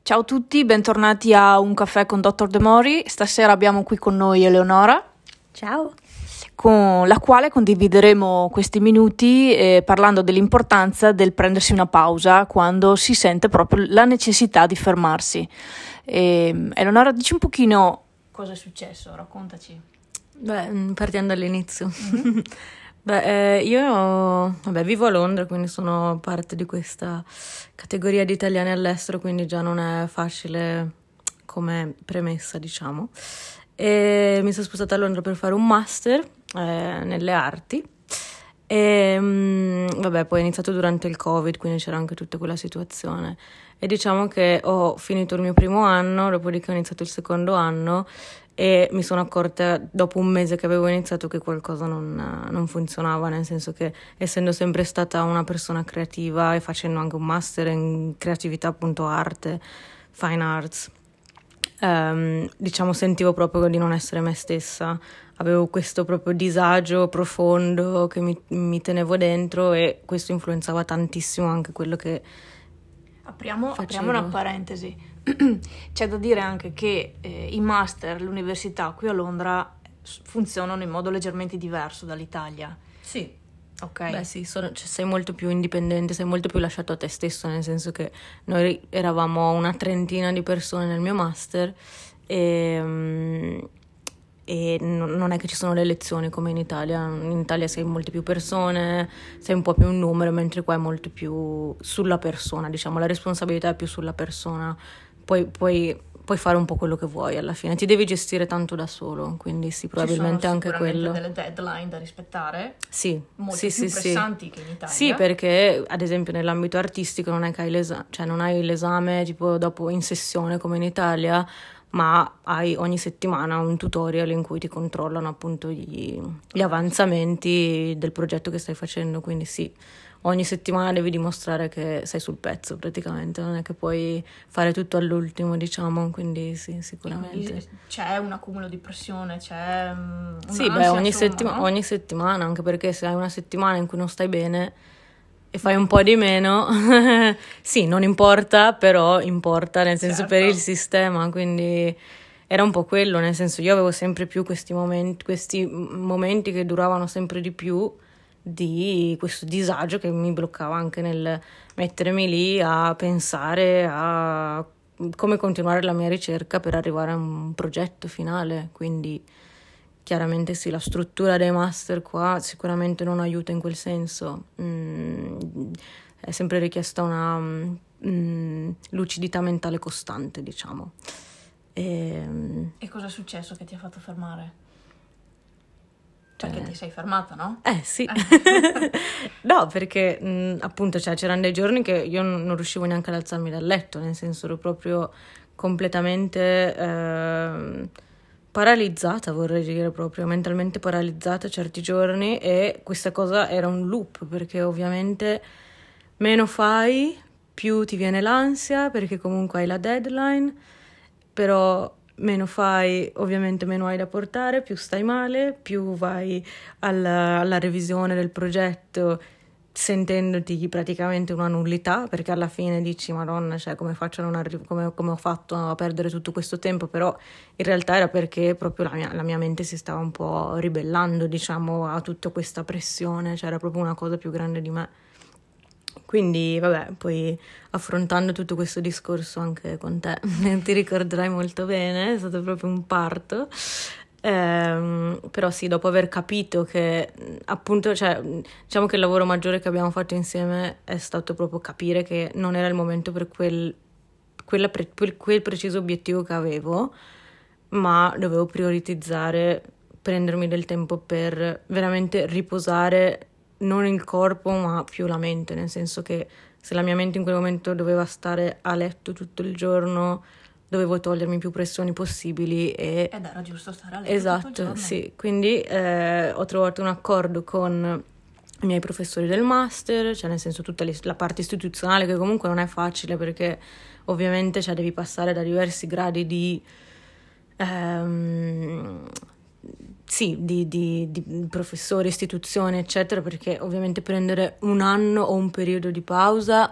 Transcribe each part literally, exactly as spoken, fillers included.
Ciao a tutti, bentornati a Un caffè con dottor De Mori. Stasera abbiamo qui con noi Eleonora. Ciao. Con la quale condivideremo questi minuti eh, parlando dell'importanza del prendersi una pausa quando si sente proprio la necessità di fermarsi. E, Eleonora, dici un pochino cosa è successo, raccontaci. Beh, partiamo dall'inizio. Mm-hmm. Beh, eh, io vabbè, vivo a Londra, quindi sono parte di questa categoria di italiani all'estero, quindi già non è facile come premessa, diciamo. E mi sono spostata a Londra per fare un master eh, nelle arti e mh, vabbè, poi è iniziato durante il Covid, quindi c'era anche tutta quella situazione e diciamo che ho finito il mio primo anno, dopodiché ho iniziato il secondo anno e mi sono accorta dopo un mese che avevo iniziato che qualcosa non, non funzionava, nel senso che essendo sempre stata una persona creativa e facendo anche un master in creatività, appunto arte, fine arts, Um, diciamo sentivo proprio di non essere me stessa, avevo questo proprio disagio profondo che mi, mi tenevo dentro e questo influenzava tantissimo anche quello che apriamo, facevo. Apriamo una parentesi. C'è da dire anche che eh, i master, l'università qui a Londra funzionano in modo leggermente diverso dall'Italia. Sì. Ok. Beh sì, sono, cioè, sei molto più indipendente, sei molto più lasciato a te stesso, nel senso che noi eravamo una trentina di persone nel mio master e, e non è che ci sono le lezioni come in Italia. In Italia sei molte più persone, sei un po' più un numero, mentre qua è molto più sulla persona, diciamo, la responsabilità è più sulla persona, poi puoi puoi fare un po' quello che vuoi alla fine, ti devi gestire tanto da solo, quindi sì, probabilmente anche quello. Ci sono sicuramente delle deadline da rispettare, sì, molto sì, più sì, pressanti sì. che in Italia. Sì, perché ad esempio nell'ambito artistico non è che hai l'esame, cioè non hai l'esame tipo dopo in sessione come in Italia, ma hai ogni settimana un tutorial in cui ti controllano appunto gli, gli avanzamenti del progetto che stai facendo, quindi sì. Ogni settimana devi dimostrare che sei sul pezzo praticamente, non è che puoi fare tutto all'ultimo, diciamo, quindi sì, sicuramente. C'è un accumulo di pressione, c'è um, Sì, beh, ogni, settima- no? ogni settimana, anche perché se hai una settimana in cui non stai bene e fai un po' di meno, sì, non importa, però importa, nel senso certo. Per il sistema, quindi era un po' quello, nel senso io avevo sempre più questi momenti, questi momenti che duravano sempre di più, di questo disagio che mi bloccava anche nel mettermi lì a pensare a come continuare la mia ricerca per arrivare a un progetto finale, quindi chiaramente sì, la struttura dei master qua sicuramente non aiuta in quel senso, mm, è sempre richiesta una mm, lucidità mentale costante, diciamo. E, e cosa è successo che ti ha fatto fermare? Perché ti sei fermata, no? Eh sì, no, perché mh, appunto cioè, c'erano dei giorni che io non, non riuscivo neanche ad alzarmi dal letto, nel senso ero proprio completamente eh, paralizzata, vorrei dire proprio, mentalmente paralizzata certi giorni, e questa cosa era un loop, perché ovviamente meno fai, più ti viene l'ansia, perché comunque hai la deadline, però meno fai, ovviamente meno hai da portare, più stai male, più vai alla, alla revisione del progetto sentendoti praticamente una nullità, perché alla fine dici madonna, cioè come faccio a non arri- come, come ho fatto a perdere tutto questo tempo, però in realtà era perché proprio la mia, la mia mente si stava un po' ribellando, diciamo, a tutta questa pressione, cioè era proprio una cosa più grande di me. Quindi vabbè, poi affrontando tutto questo discorso anche con te, ti ricorderai molto bene, è stato proprio un parto, ehm, però sì, dopo aver capito che appunto, cioè, diciamo che il lavoro maggiore che abbiamo fatto insieme è stato proprio capire che non era il momento per quel, quella pre- quel, quel preciso obiettivo che avevo, ma dovevo prioritizzare, prendermi del tempo per veramente riposare non il corpo ma più la mente, nel senso che se la mia mente in quel momento doveva stare a letto tutto il giorno, dovevo togliermi più pressioni possibili e ed era giusto stare a letto esatto, tutto il giorno. Sì, quindi eh, ho trovato un accordo con i miei professori del master, cioè nel senso tutta la parte istituzionale, che comunque non è facile perché ovviamente cioè, devi passare da diversi gradi di ehm, sì, di, di, di professori, istituzioni, eccetera, perché ovviamente prendere un anno o un periodo di pausa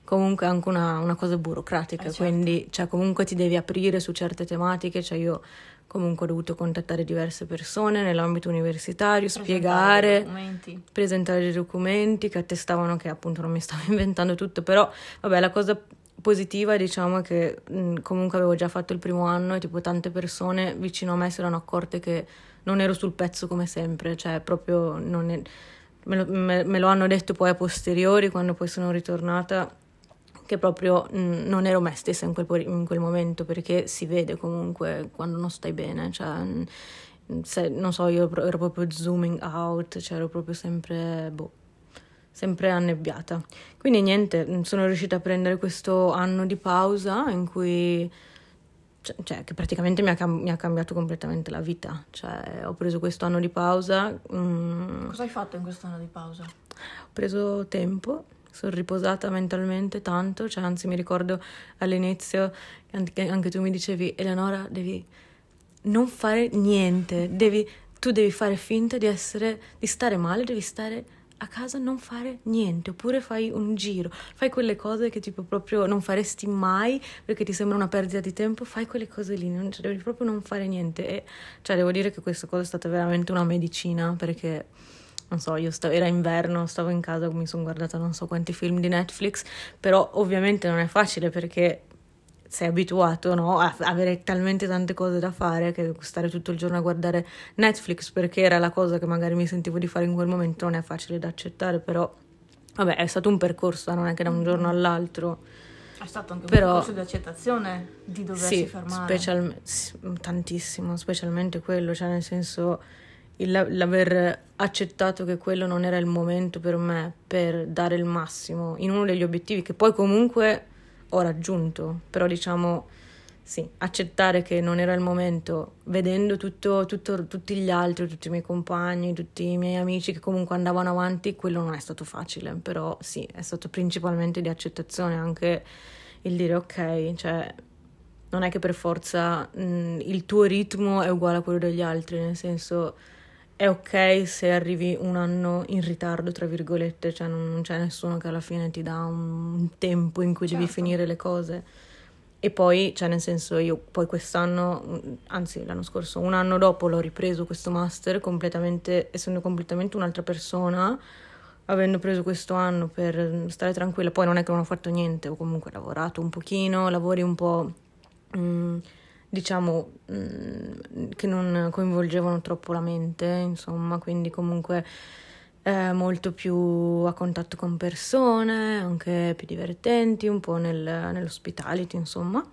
comunque è anche una, una cosa burocratica, eh, certo. quindi cioè, comunque ti devi aprire su certe tematiche, cioè io comunque ho dovuto contattare diverse persone nell'ambito universitario, Presentare spiegare, dei documenti. presentare dei documenti che attestavano che appunto non mi stavo inventando tutto, però vabbè, la cosa positiva diciamo è che mh, comunque avevo già fatto il primo anno e tipo tante persone vicino a me si erano accorte che non ero sul pezzo come sempre, cioè proprio non è, me, lo, me, me lo hanno detto poi a posteriori quando poi sono ritornata, che proprio mh, non ero me stessa in quel, in quel momento, perché si vede comunque quando non stai bene, cioè mh, se, non so, io ero proprio zooming out, cioè ero proprio sempre boh, sempre annebbiata. Quindi niente, sono riuscita a prendere questo anno di pausa in cui cioè, cioè che praticamente mi ha, cam- mi ha cambiato completamente la vita, cioè ho preso questo anno di pausa. mh, Cosa hai fatto in questo anno di pausa? Ho preso tempo, sono riposata mentalmente tanto, cioè anzi mi ricordo all'inizio anche, anche tu mi dicevi Eleonora devi non fare niente, devi, tu devi fare finta di essere, di stare male, devi stare a casa, non fare niente, oppure fai un giro, fai quelle cose che tipo proprio non faresti mai perché ti sembra una perdita di tempo, fai quelle cose lì, non, cioè, devi proprio non fare niente. E cioè devo dire che questa cosa è stata veramente una medicina, perché non so, io stavo, era inverno, stavo in casa, mi sono guardata non so quanti film di Netflix, però ovviamente non è facile perché sei abituato, no, a avere talmente tante cose da fare che stare tutto il giorno a guardare Netflix perché era la cosa che magari mi sentivo di fare in quel momento non è facile da accettare, però vabbè, è stato un percorso, non è che da un giorno all'altro. È stato anche un però, percorso di accettazione di doversi sì, fermare. Special, tantissimo, specialmente quello, cioè nel senso il, l'aver accettato che quello non era il momento per me per dare il massimo in uno degli obiettivi che poi comunque ho raggiunto, però diciamo sì, accettare che non era il momento, vedendo tutto, tutto, tutti gli altri, tutti i miei compagni, tutti i miei amici che comunque andavano avanti, quello non è stato facile, però sì, è stato principalmente di accettazione, anche il dire ok, cioè non è che per forza mh, il tuo ritmo è uguale a quello degli altri, nel senso è ok se arrivi un anno in ritardo, tra virgolette, cioè non, non c'è nessuno che alla fine ti dà un, un tempo in cui certo. devi finire le cose. E poi, cioè nel senso, io poi quest'anno, anzi l'anno scorso, un anno dopo l'ho ripreso questo master completamente, essendo completamente un'altra persona, avendo preso questo anno per stare tranquilla. Poi non è che non ho fatto niente, ho comunque lavorato un pochino, lavori un po'... Mh, diciamo mh, che non coinvolgevano troppo la mente, insomma, quindi comunque eh, molto più a contatto con persone, anche più divertenti, un po' nel, nell'hospitality, insomma.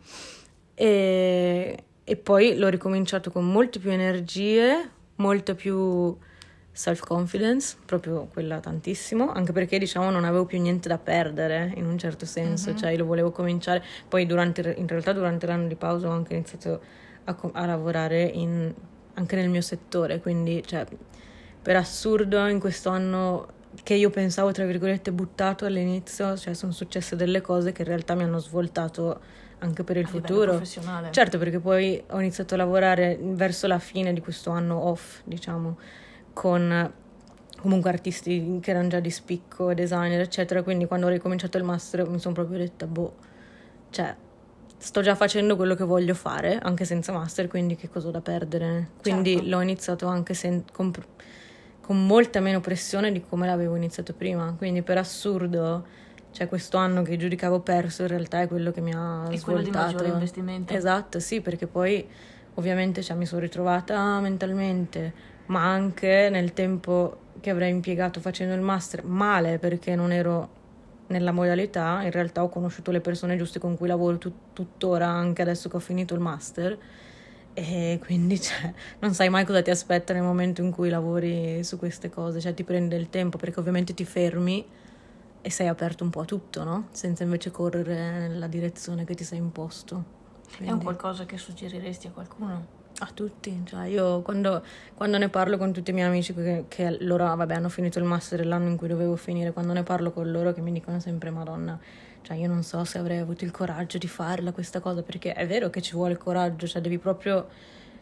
E, e poi l'ho ricominciato con molte più energie, molta più self-confidence, proprio quella tantissimo, anche perché diciamo non avevo più niente da perdere in un certo senso, mm-hmm. Cioè lo volevo cominciare, poi durante, in realtà durante l'anno di pausa ho anche iniziato a, a lavorare in, anche nel mio settore, quindi cioè per assurdo in questo anno che io pensavo tra virgolette buttato all'inizio, cioè sono successe delle cose che in realtà mi hanno svoltato anche per il a futuro, professionale. Certo, perché poi ho iniziato a lavorare verso la fine di questo anno off, diciamo, con comunque artisti che erano già di spicco, designer, eccetera, quindi quando ho ricominciato il master mi sono proprio detta, boh, cioè sto già facendo quello che voglio fare, anche senza master, quindi che cosa ho da perdere? Quindi certo. L'ho iniziato anche sen- con, con molta meno pressione di come l'avevo iniziato prima, quindi per assurdo, cioè questo anno che giudicavo perso in realtà è quello che mi ha è svoltato. Quello di maggiore investimento. Esatto, sì, perché poi ovviamente cioè, mi sono ritrovata mentalmente, ma anche nel tempo che avrei impiegato facendo il master male perché non ero nella modalità, in realtà ho conosciuto le persone giuste con cui lavoro tut- tuttora anche adesso che ho finito il master e quindi cioè, non sai mai cosa ti aspetta nel momento in cui lavori su queste cose, cioè ti prende il tempo perché ovviamente ti fermi e sei aperto un po' a tutto, no? Senza invece correre nella direzione che ti sei imposto. Quindi... È un qualcosa che suggeriresti a qualcuno? A tutti, cioè io quando, quando ne parlo con tutti i miei amici che, che loro vabbè hanno finito il master l'anno in cui dovevo finire, quando ne parlo con loro che mi dicono sempre Madonna, cioè io non so se avrei avuto il coraggio di farla questa cosa, perché è vero che ci vuole il coraggio, cioè devi proprio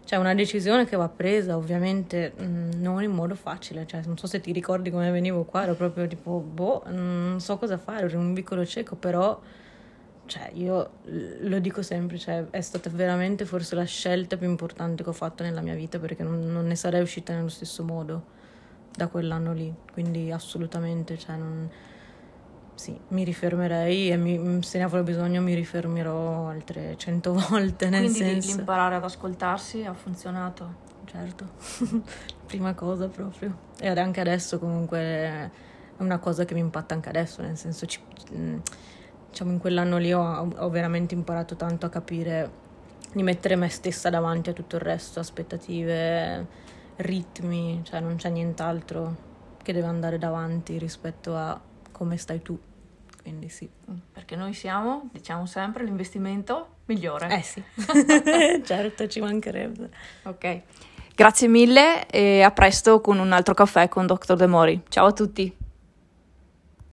cioè una decisione che va presa ovviamente mh, non in modo facile, cioè non so se ti ricordi come venivo qua, ero proprio tipo boh, non so cosa fare, ero in un vicolo cieco, però cioè io lo dico sempre, cioè è stata veramente forse la scelta più importante che ho fatto nella mia vita, perché non, non ne sarei uscita nello stesso modo da quell'anno lì, quindi assolutamente, cioè non... Sì, mi rifermerei e mi, se ne avrò bisogno mi rifermerò altre cento volte, nel Quindi senso... Quindi imparare ad ascoltarsi ha funzionato? Certo, prima cosa proprio. E anche adesso comunque è una cosa che mi impatta anche adesso, nel senso, ci, diciamo in quell'anno lì ho, ho veramente imparato tanto a capire di mettere me stessa davanti a tutto il resto, aspettative, ritmi, cioè non c'è nient'altro che deve andare davanti rispetto a come stai tu, quindi sì. Perché noi siamo, diciamo sempre, l'investimento migliore. Eh sì, certo, ci mancherebbe. Ok, grazie mille e a presto con un altro caffè con doctor De Mori. Ciao a tutti.